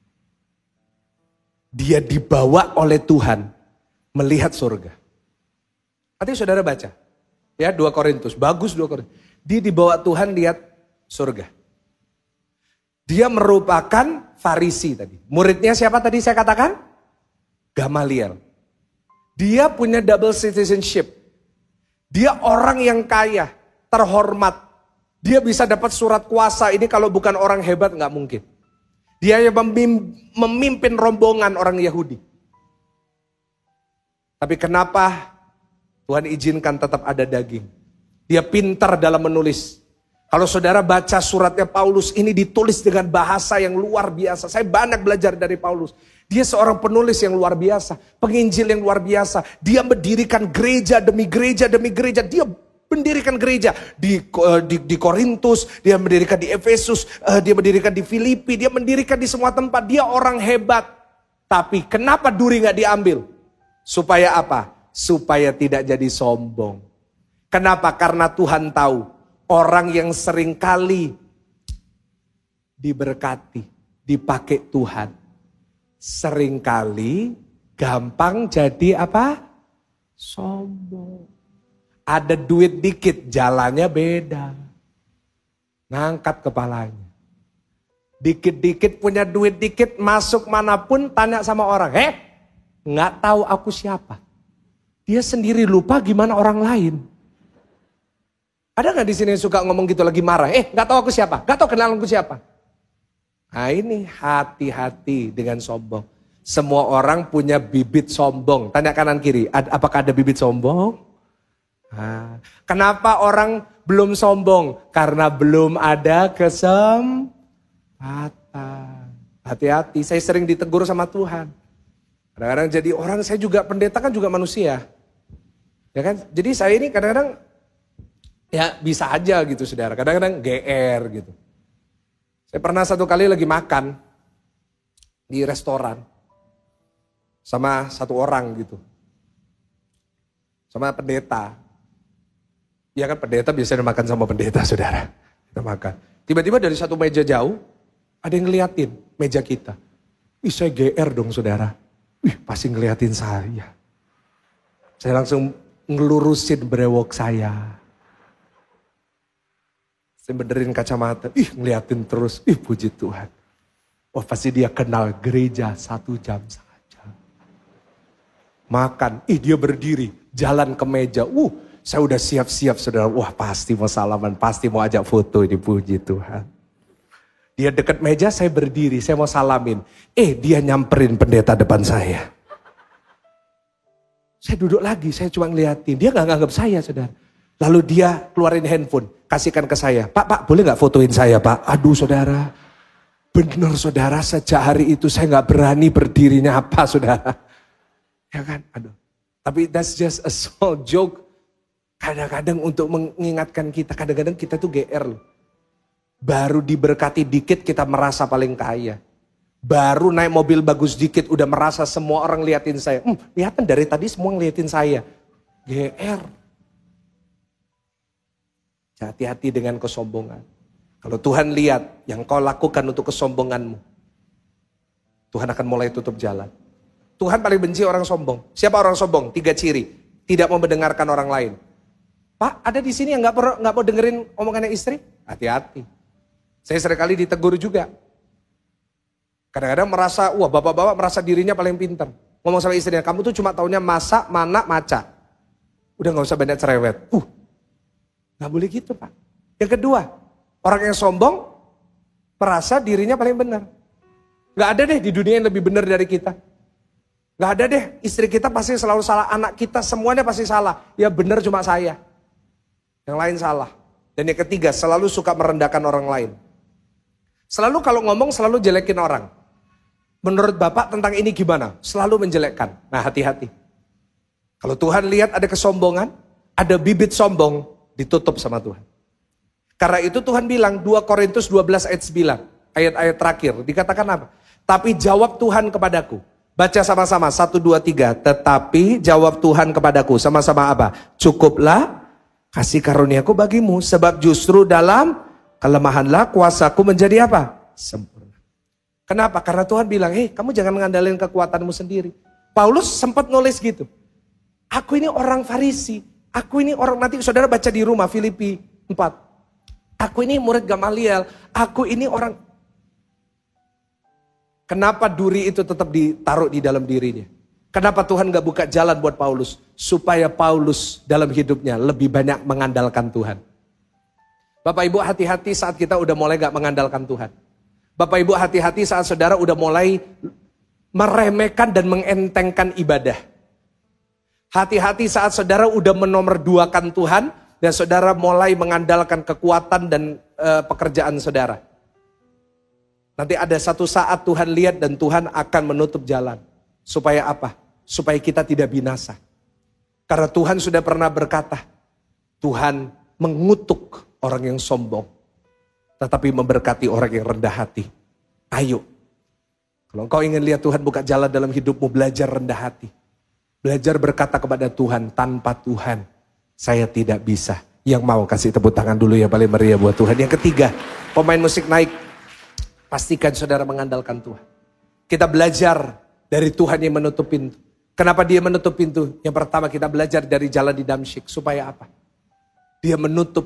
Dia dibawa oleh Tuhan melihat surga. Nanti saudara baca. Ya 2 Korintus, bagus 2 Korintus. Dia dibawa Tuhan lihat surga. Dia merupakan Farisi tadi. Muridnya siapa tadi saya katakan? Gamaliel. Dia punya double citizenship. Dia orang yang kaya, terhormat. Dia bisa dapat surat kuasa, ini kalau bukan orang hebat nggak mungkin. Dia yang memimpin rombongan orang Yahudi. Tapi kenapa Tuhan izinkan tetap ada daging? Dia pintar dalam menulis. Kalau saudara baca suratnya Paulus, ini ditulis dengan bahasa yang luar biasa. Saya banyak belajar dari Paulus. Dia seorang penulis yang luar biasa, penginjil yang luar biasa. Dia mendirikan gereja demi gereja demi gereja. Dia mendirikan gereja di Korintus, dia mendirikan di Efesus, dia mendirikan di Filipi, dia mendirikan di semua tempat. Dia orang hebat. Tapi kenapa duri gak diambil? Supaya apa? Supaya tidak jadi sombong. Kenapa? Karena Tuhan tahu orang yang seringkali diberkati, dipakai Tuhan, seringkali gampang jadi apa? Sombong. Ada duit dikit, jalannya beda. Ngangkat kepalanya. Dikit-dikit punya duit dikit, masuk manapun tanya sama orang. Nggak tahu aku siapa. Dia sendiri lupa gimana orang lain. Ada nggak di sini yang suka ngomong gitu lagi marah? Nggak tahu aku siapa, nggak tahu kenalan aku siapa. Nah ini hati-hati dengan sombong. Semua orang punya bibit sombong. Tanya kanan kiri, apakah ada bibit sombong? Nah, kenapa orang belum sombong? Karena belum ada kesempatan. Hati-hati, saya sering ditegur sama Tuhan. Kadang-kadang jadi orang, saya juga pendeta kan juga manusia. Ya kan? Jadi saya ini kadang-kadang ya bisa aja gitu saudara, kadang-kadang GR gitu. Saya pernah satu kali lagi makan di restoran sama satu orang gitu. Sama pendeta. Ya kan pendeta biasanya makan sama pendeta saudara. Kita makan. Tiba-tiba dari satu meja jauh ada yang ngeliatin meja kita. Ih saya GR dong saudara. Pasti ngeliatin saya. Saya langsung ngelurusin brewok saya. Saya benerin kacamata, ngeliatin terus, puji Tuhan. Oh pasti dia kenal gereja 1 jam saja. Makan, dia berdiri, jalan ke meja. Saya udah siap-siap saudara, wah pasti mau salaman, pasti mau ajak foto ini, puji Tuhan. Dia dekat meja, saya berdiri, saya mau salamin. Dia nyamperin pendeta depan saya. Saya duduk lagi, saya cuma ngeliatin, dia gak nganggap saya saudara. Lalu dia keluarin handphone, kasihkan ke saya. Pak, boleh gak fotoin saya Pak? Aduh saudara, bener saudara, sejak hari itu saya gak berani berdirinya apa saudara. Ya kan, aduh. Tapi that's just a small joke. Kadang-kadang untuk mengingatkan kita, kadang-kadang kita tuh GR loh. Baru diberkati dikit kita merasa paling kaya. Baru naik mobil bagus dikit udah merasa semua orang liatin saya. Lihatin dari tadi semua ngeliatin saya. GR. Hati-hati dengan kesombongan. Kalau Tuhan lihat yang kau lakukan untuk kesombonganmu, Tuhan akan mulai tutup jalan. Tuhan paling benci orang sombong. Siapa orang sombong? 3 ciri. Tidak mau mendengarkan orang lain. Pak, ada di sini yang nggak mau dengerin omongannya istri? Hati-hati. Saya seringkali ditegur juga. Kadang-kadang merasa, bapak-bapak merasa dirinya paling pintar. Ngomong sama istrinya, kamu tuh cuma taunya masak, mana, maca. Udah nggak usah banyak cerewet. Nggak boleh gitu Pak. Yang kedua, orang yang sombong merasa dirinya paling benar. Gak ada deh di dunia yang lebih benar dari kita. Gak ada deh, istri kita pasti selalu salah, anak kita semuanya pasti salah. Ya benar cuma saya. Yang lain salah. Dan yang ketiga, selalu suka merendahkan orang lain. Selalu kalau ngomong selalu jelekin orang. Menurut Bapak tentang ini gimana? Selalu menjelekkan. Nah, hati-hati. Kalau Tuhan lihat ada kesombongan, ada bibit sombong, ditutup sama Tuhan. Karena itu Tuhan bilang 2 Korintus 12 ayat 9. Ayat-ayat terakhir. Dikatakan apa? Tapi jawab Tuhan kepadaku. Baca sama-sama, 1, 2, 3. Tetapi jawab Tuhan kepadaku. Sama-sama apa? Cukuplah kasih karuniaku bagimu. Sebab justru dalam kelemahanlah kuasaku menjadi apa? Sempurna. Kenapa? Karena Tuhan bilang, hei kamu jangan mengandalkan kekuatanmu sendiri. Paulus sempat nulis gitu. Aku ini orang Farisi. Aku ini orang, nanti saudara baca di rumah Filipi 4. Aku ini murid Gamaliel. Aku ini orang. Kenapa duri itu tetap ditaruh di dalam dirinya? Kenapa Tuhan gak buka jalan buat Paulus? Supaya Paulus dalam hidupnya lebih banyak mengandalkan Tuhan. Bapak Ibu hati-hati saat kita udah mulai gak mengandalkan Tuhan. Bapak Ibu hati-hati saat saudara udah mulai meremehkan dan mengentengkan ibadah. Hati-hati saat saudara udah menomorduakan Tuhan dan saudara mulai mengandalkan kekuatan dan pekerjaan saudara. Nanti ada satu saat Tuhan lihat dan Tuhan akan menutup jalan. Supaya apa? Supaya kita tidak binasa. Karena Tuhan sudah pernah berkata, Tuhan mengutuk orang yang sombong. Tetapi memberkati orang yang rendah hati. Ayo. Kalau engkau ingin lihat Tuhan buka jalan dalam hidupmu, belajar rendah hati. Belajar berkata kepada Tuhan, tanpa Tuhan saya tidak bisa. Yang mau kasih tepuk tangan dulu ya paling meriah buat Tuhan. Yang ketiga, pemain musik naik. Pastikan saudara mengandalkan Tuhan. Kita belajar dari Tuhan yang menutup pintu. Kenapa dia menutup pintu? Yang pertama kita belajar dari jalan di Damsyik. Supaya apa? Dia menutup.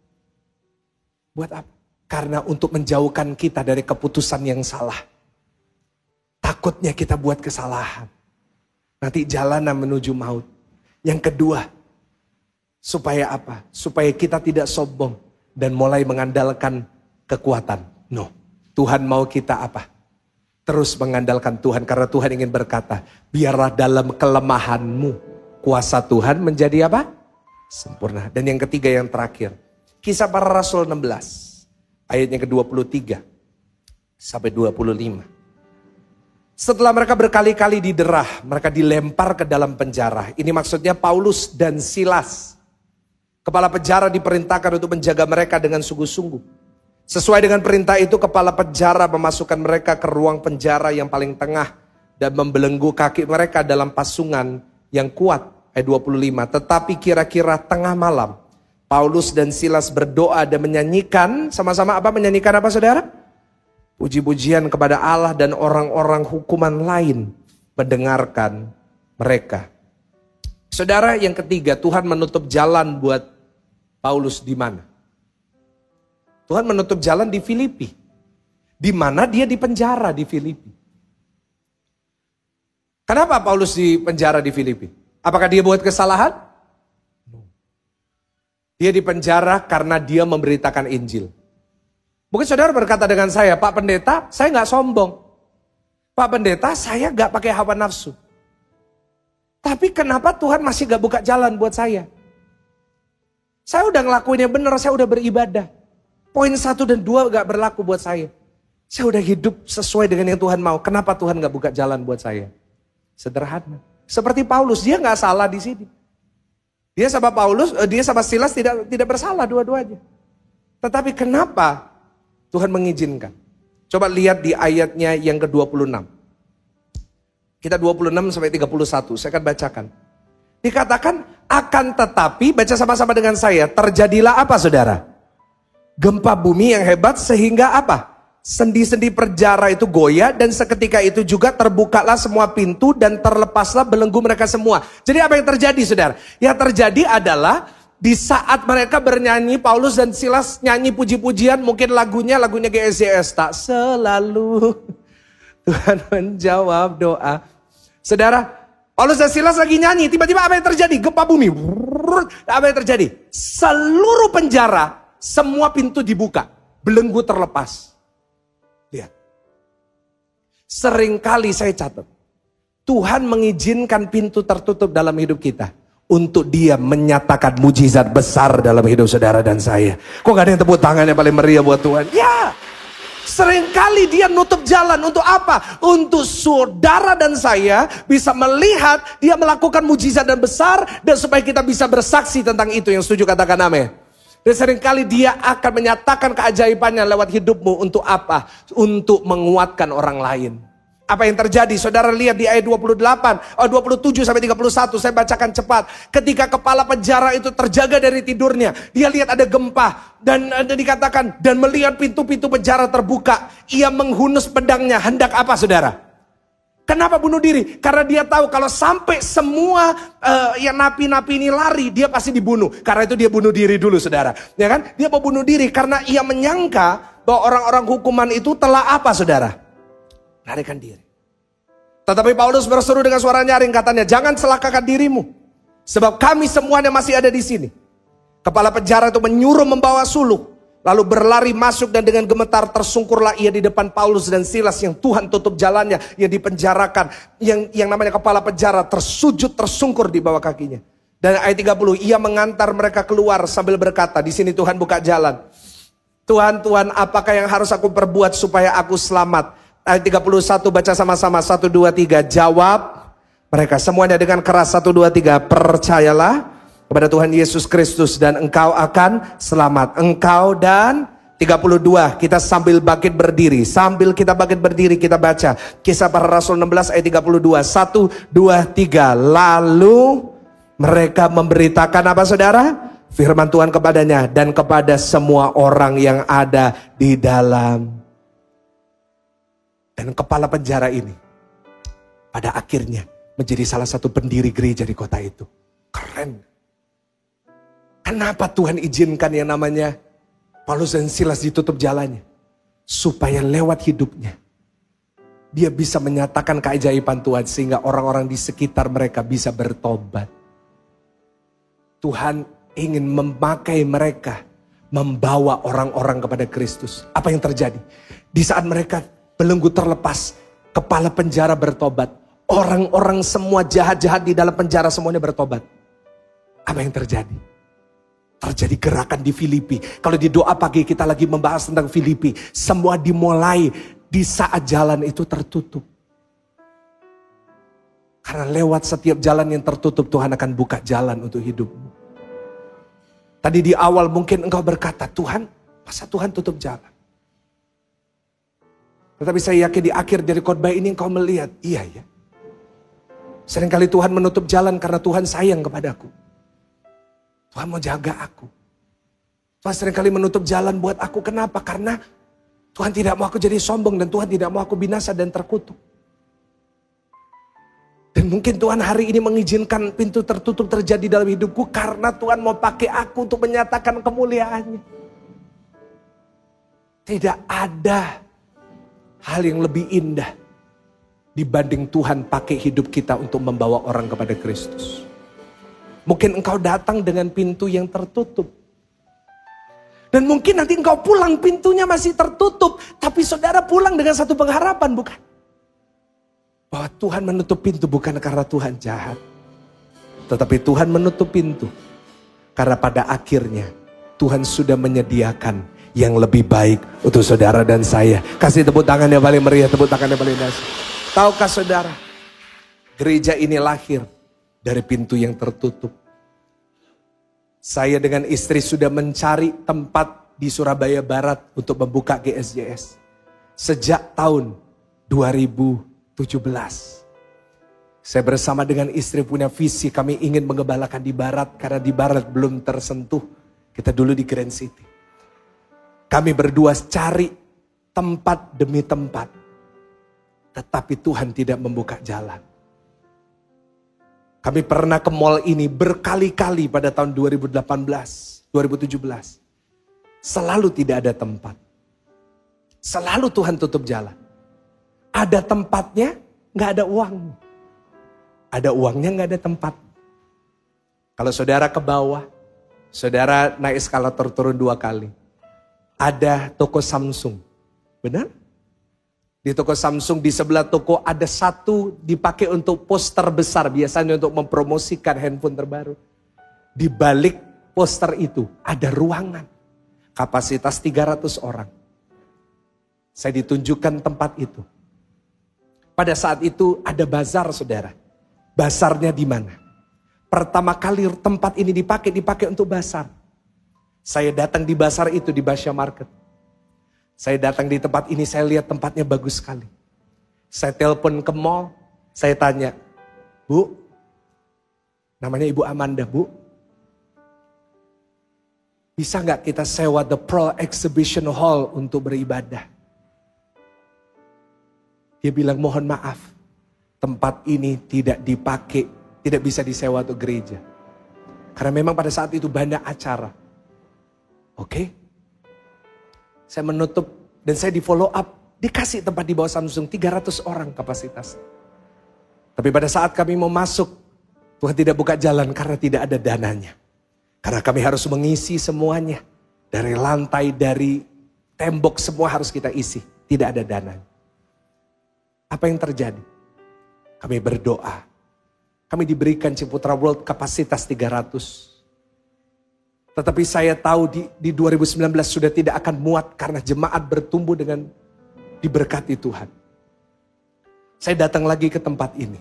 Buat apa? Karena untuk menjauhkan kita dari keputusan yang salah. Takutnya kita buat kesalahan. Nanti jalanan menuju maut. Yang kedua, supaya apa? Supaya kita tidak sombong dan mulai mengandalkan kekuatan. No. Tuhan mau kita apa? Terus mengandalkan Tuhan karena Tuhan ingin berkata, biarlah dalam kelemahanmu kuasa Tuhan menjadi apa? Sempurna. Dan yang ketiga yang terakhir, Kisah Para Rasul 16 ayatnya ke-23 sampai 25. Setelah mereka berkali-kali diderah, mereka dilempar ke dalam penjara. Ini maksudnya Paulus dan Silas. Kepala penjara diperintahkan untuk menjaga mereka dengan sungguh-sungguh. Sesuai dengan perintah itu, kepala penjara memasukkan mereka ke ruang penjara yang paling tengah dan membelenggu kaki mereka dalam pasungan yang kuat. Ayat 25. Tetapi kira-kira tengah malam, Paulus dan Silas berdoa dan menyanyikan, sama-sama apa? Menyanyikan apa saudara? Puji-pujian kepada Allah, dan orang-orang hukuman lain mendengarkan mereka. Saudara, yang ketiga, Tuhan menutup jalan buat Paulus di mana? Tuhan menutup jalan di Filipi. Di mana dia di penjara di Filipi. Kenapa Paulus di penjara di Filipi? Apakah dia buat kesalahan? Dia di penjara karena dia memberitakan Injil. Mungkin saudara berkata dengan saya, Pak Pendeta, saya gak sombong. Pak Pendeta, saya gak pakai hawa nafsu. Tapi kenapa Tuhan masih gak buka jalan buat saya? Saya udah ngelakuinnya benar, saya udah beribadah. Poin 1 dan 2 gak berlaku buat saya. Saya udah hidup sesuai dengan yang Tuhan mau. Kenapa Tuhan gak buka jalan buat saya? Sederhana. Seperti Paulus, dia gak salah di sini. Dia sama Paulus, dia sama Silas tidak bersalah dua-duanya. Tetapi kenapa Tuhan mengizinkan? Coba lihat di ayatnya yang ke-26. Kita 26 sampai 31, saya akan bacakan. Dikatakan, akan tetapi, baca sama-sama dengan saya, terjadilah apa saudara? Gempa bumi yang hebat sehingga apa? Sendi-sendi penjara itu goyah dan seketika itu juga terbukalah semua pintu dan terlepaslah belenggu mereka semua. Jadi apa yang terjadi saudara? Yang terjadi adalah di saat mereka bernyanyi, Paulus dan Silas nyanyi puji-pujian, mungkin lagunya GSJS, tak selalu Tuhan menjawab doa. Saudara, Paulus dan Silas lagi nyanyi, tiba-tiba apa yang terjadi? Gempa bumi. Apa yang terjadi? Seluruh penjara, semua pintu dibuka, belenggu terlepas. Lihat. Seringkali saya catat, Tuhan mengizinkan pintu tertutup dalam hidup kita untuk Dia menyatakan mujizat besar dalam hidup saudara dan saya. Kok gak ada yang tepuk tangan yang paling meriah buat Tuhan? Ya, seringkali Dia nutup jalan untuk apa? Untuk saudara dan saya bisa melihat Dia melakukan mujizat dan besar, dan supaya kita bisa bersaksi tentang itu. Yang setuju katakan amin. Dan seringkali Dia akan menyatakan keajaibannya lewat hidupmu untuk apa? Untuk menguatkan orang lain. Apa yang terjadi? Saudara lihat di ayat 27 sampai 31. Saya bacakan cepat. Ketika kepala penjara itu terjaga dari tidurnya, dia lihat ada gempa. Dan dikatakan, dan melihat pintu-pintu penjara terbuka. Ia menghunus pedangnya. Hendak apa saudara? Kenapa bunuh diri? Karena dia tahu kalau sampai semua yang napi-napi ini lari, dia pasti dibunuh. Karena itu dia bunuh diri dulu saudara. Ya kan? Dia mau bunuh diri karena ia menyangka bahwa orang-orang hukuman itu telah apa saudara? Larikan diri. Tetapi Paulus berseru dengan suara nyaring, katanya, jangan celakakan dirimu, sebab kami semuanya masih ada di sini. Kepala penjara itu menyuruh membawa suluh, lalu berlari masuk, dan dengan gemetar tersungkurlah ia di depan Paulus dan Silas yang Tuhan tutup jalannya, yang dipenjarakan, yang namanya kepala penjara tersujud tersungkur di bawah kakinya. Dan ayat 30, ia mengantar mereka keluar sambil berkata, di sini Tuhan buka jalan. Tuhan, Tuhan, apakah yang harus aku perbuat supaya aku selamat? Ayat 31 baca sama-sama, 1, 2, 3. Jawab mereka semuanya dengan keras, 1, 2, 3. Percayalah kepada Tuhan Yesus Kristus dan engkau akan selamat. Engkau dan 32. Kita sambil bangkit berdiri. Sambil kita bangkit berdiri kita baca Kisah Para Rasul 16 ayat 32. 1, 2, 3. Lalu mereka memberitakan apa saudara? Firman Tuhan kepadanya dan kepada semua orang yang ada di dalam. Dan kepala penjara ini pada akhirnya menjadi salah satu pendiri gereja di kota itu. Keren. Kenapa Tuhan izinkan yang namanya Paulus dan Silas ditutup jalannya? Supaya lewat hidupnya dia bisa menyatakan keajaiban Tuhan, sehingga orang-orang di sekitar mereka bisa bertobat. Tuhan ingin memakai mereka, membawa orang-orang kepada Kristus. Apa yang terjadi? Di saat mereka belenggu terlepas, kepala penjara bertobat. Orang-orang semua jahat-jahat di dalam penjara semuanya bertobat. Apa yang terjadi? Terjadi gerakan di Filipi. Kalau di doa pagi kita lagi membahas tentang Filipi. Semua dimulai di saat jalan itu tertutup. Karena lewat setiap jalan yang tertutup, Tuhan akan buka jalan untuk hidupmu. Tadi di awal mungkin engkau berkata, Tuhan, masa Tuhan tutup jalan? Tetapi saya yakin di akhir dari khotbah ini engkau melihat, iya ya. Seringkali Tuhan menutup jalan karena Tuhan sayang kepadaku. Tuhan mau jaga aku. Tuhan seringkali menutup jalan buat aku. Kenapa? Karena Tuhan tidak mau aku jadi sombong, dan Tuhan tidak mau aku binasa dan terkutuk. Dan mungkin Tuhan hari ini mengizinkan pintu tertutup terjadi dalam hidupku karena Tuhan mau pakai aku untuk menyatakan kemuliaannya. Tidak ada hal yang lebih indah dibanding Tuhan pakai hidup kita untuk membawa orang kepada Kristus. Mungkin engkau datang dengan pintu yang tertutup. Dan mungkin nanti engkau pulang pintunya masih tertutup. Tapi saudara pulang dengan satu pengharapan, bukan? Bahwa Tuhan menutup pintu bukan karena Tuhan jahat. Tetapi Tuhan menutup pintu karena pada akhirnya Tuhan sudah menyediakan yang lebih baik untuk saudara dan saya. Kasih tepuk tangan yang paling meriah, tepuk tangan yang paling dahsyat. Tahukah saudara, gereja ini lahir dari pintu yang tertutup. Saya dengan istri sudah mencari tempat di Surabaya Barat untuk membuka GSJS. Sejak tahun 2017. Saya bersama dengan istri punya visi, kami ingin mengebalakan di Barat. Karena di Barat belum tersentuh. Kita dulu di Grand City. Kami berdua cari tempat demi tempat. Tetapi Tuhan tidak membuka jalan. Kami pernah ke mall ini berkali-kali pada tahun 2018, 2017. Selalu tidak ada tempat. Selalu Tuhan tutup jalan. Ada tempatnya, gak ada uang. Ada uangnya, gak ada tempat. Kalau saudara ke bawah, saudara naik eskalator turun 2 kali. Ada toko Samsung. Benar? Di toko Samsung di sebelah toko ada satu dipakai untuk poster besar. Biasanya untuk mempromosikan handphone terbaru. Di balik poster itu ada ruangan. Kapasitas 300 orang. Saya ditunjukkan tempat itu. Pada saat itu ada bazar, saudara. Bazarnya di mana? Pertama kali tempat ini dipakai untuk bazar. Saya datang di bazar itu di Basya Market. Saya datang di tempat ini, saya lihat tempatnya bagus sekali. Saya telepon ke mall, saya tanya, Bu, namanya Ibu Amanda, Bu, bisa nggak kita sewa The Pearl Exhibition Hall untuk beribadah? Dia bilang, mohon maaf, tempat ini tidak dipakai, tidak bisa disewa untuk gereja. Karena memang pada saat itu banyak acara. Oke? Saya menutup dan saya di follow up. Dikasih tempat di bawah Samsung 300 orang kapasitas. Tapi pada saat kami mau masuk, Tuhan tidak buka jalan karena tidak ada dananya. Karena kami harus mengisi semuanya. Dari lantai, dari tembok semua harus kita isi. Tidak ada dananya. Apa yang terjadi? Kami berdoa. Kami diberikan Ciputra World kapasitas 300. Tetapi saya tahu di 2019 sudah tidak akan muat karena jemaat bertumbuh dengan diberkati Tuhan. Saya datang lagi ke tempat ini.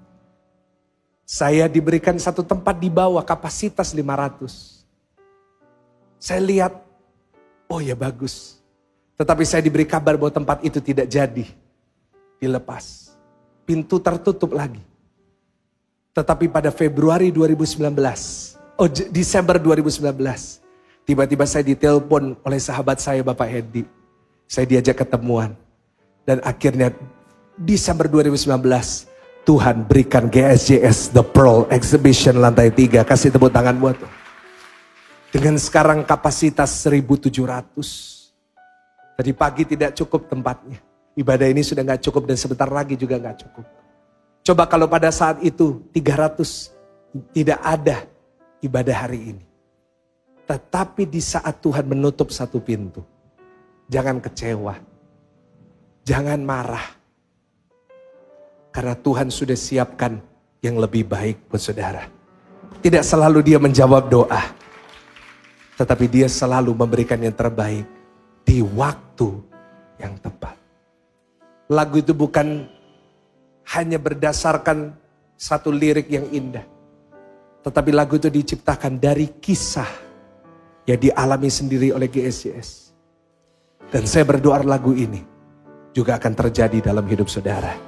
Saya diberikan satu tempat di bawah kapasitas 500. Saya lihat, oh ya bagus. Tetapi saya diberi kabar bahwa tempat itu tidak jadi. Dilepas. Pintu tertutup lagi. Tetapi pada Februari 2019, Desember 2019, tiba-tiba saya ditelepon oleh sahabat saya Bapak Hedi. Saya diajak ketemuan. Dan akhirnya Desember 2019, Tuhan berikan GSJS The Pearl Exhibition lantai 3. Kasih tepuk tangan buat Tuhan. Dengan sekarang kapasitas 1.700. Tadi pagi tidak cukup tempatnya. Ibadah ini sudah gak cukup dan sebentar lagi juga gak cukup. Coba kalau pada saat itu 300 tidak ada ibadah hari ini. Tetapi di saat Tuhan menutup satu pintu, jangan kecewa. Jangan marah. Karena Tuhan sudah siapkan yang lebih baik buat saudara. Tidak selalu dia menjawab doa. Tetapi dia selalu memberikan yang terbaik di waktu yang tepat. Lagu itu bukan hanya berdasarkan satu lirik yang indah. Tetapi lagu itu diciptakan dari kisah yang dialami sendiri oleh GSJS. Dan saya berdoa lagu ini juga akan terjadi dalam hidup saudara.